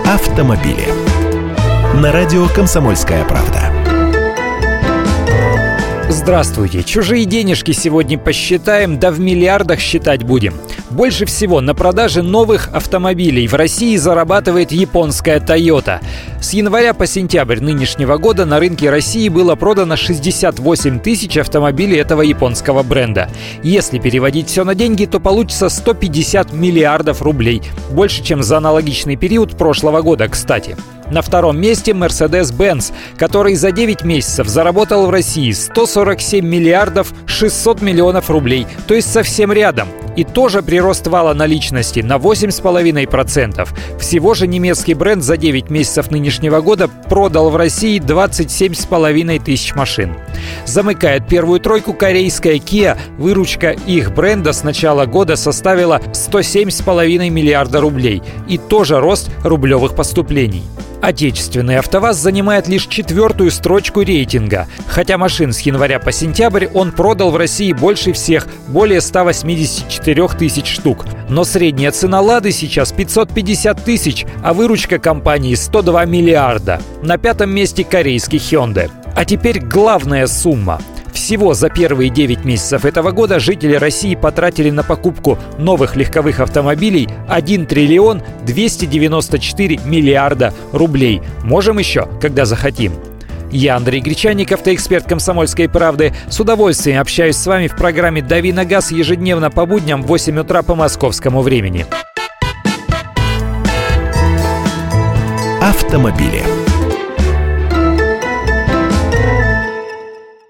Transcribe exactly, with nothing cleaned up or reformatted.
автомобили. На радио «Комсомольская правда». Здравствуйте. Чужие денежки сегодня посчитаем, да в миллиардах считать будем. Больше всего на продаже новых автомобилей в России зарабатывает японская Toyota. С января по сентябрь нынешнего года на рынке России было продано шестьдесят восемь тысяч автомобилей этого японского бренда. Если переводить все на деньги, то получится сто пятьдесят миллиардов рублей. Больше, чем за аналогичный период прошлого года, кстати. На втором месте Mercedes-Benz, который за девять месяцев заработал в России сто сорок семь миллиардов шестьсот миллионов рублей, то есть совсем рядом. И тоже прирост вала наличности на восемь целых пять десятых процента. Всего же немецкий бренд за девять месяцев нынешнего года продал в России двадцать семь целых пять десятых тысяч машин. Замыкает первую тройку корейская Kia. Выручка их бренда с начала года составила сто семь целых пять десятых миллиарда рублей. И тоже рост рублевых поступлений. Отечественный АвтоВАЗ занимает лишь четвертую строчку рейтинга. Хотя машин с января по сентябрь он продал в России больше всех, более ста восьмидесяти четырёх тысяч штук. Но средняя цена «Лады» сейчас пятьсот пятьдесят тысяч, а выручка компании сто два миллиарда. На пятом месте корейский Hyundai. А теперь главная сумма. Всего за первые девять месяцев этого года жители России потратили на покупку новых легковых автомобилей один триллион двести девяносто четыре миллиарда рублей. Можем еще, когда захотим. Я Андрей Гречанник, автоэксперт «Комсомольской правды». С удовольствием общаюсь с вами в программе «Дави на газ» ежедневно по будням в восемь утра по московскому времени. Автомобили.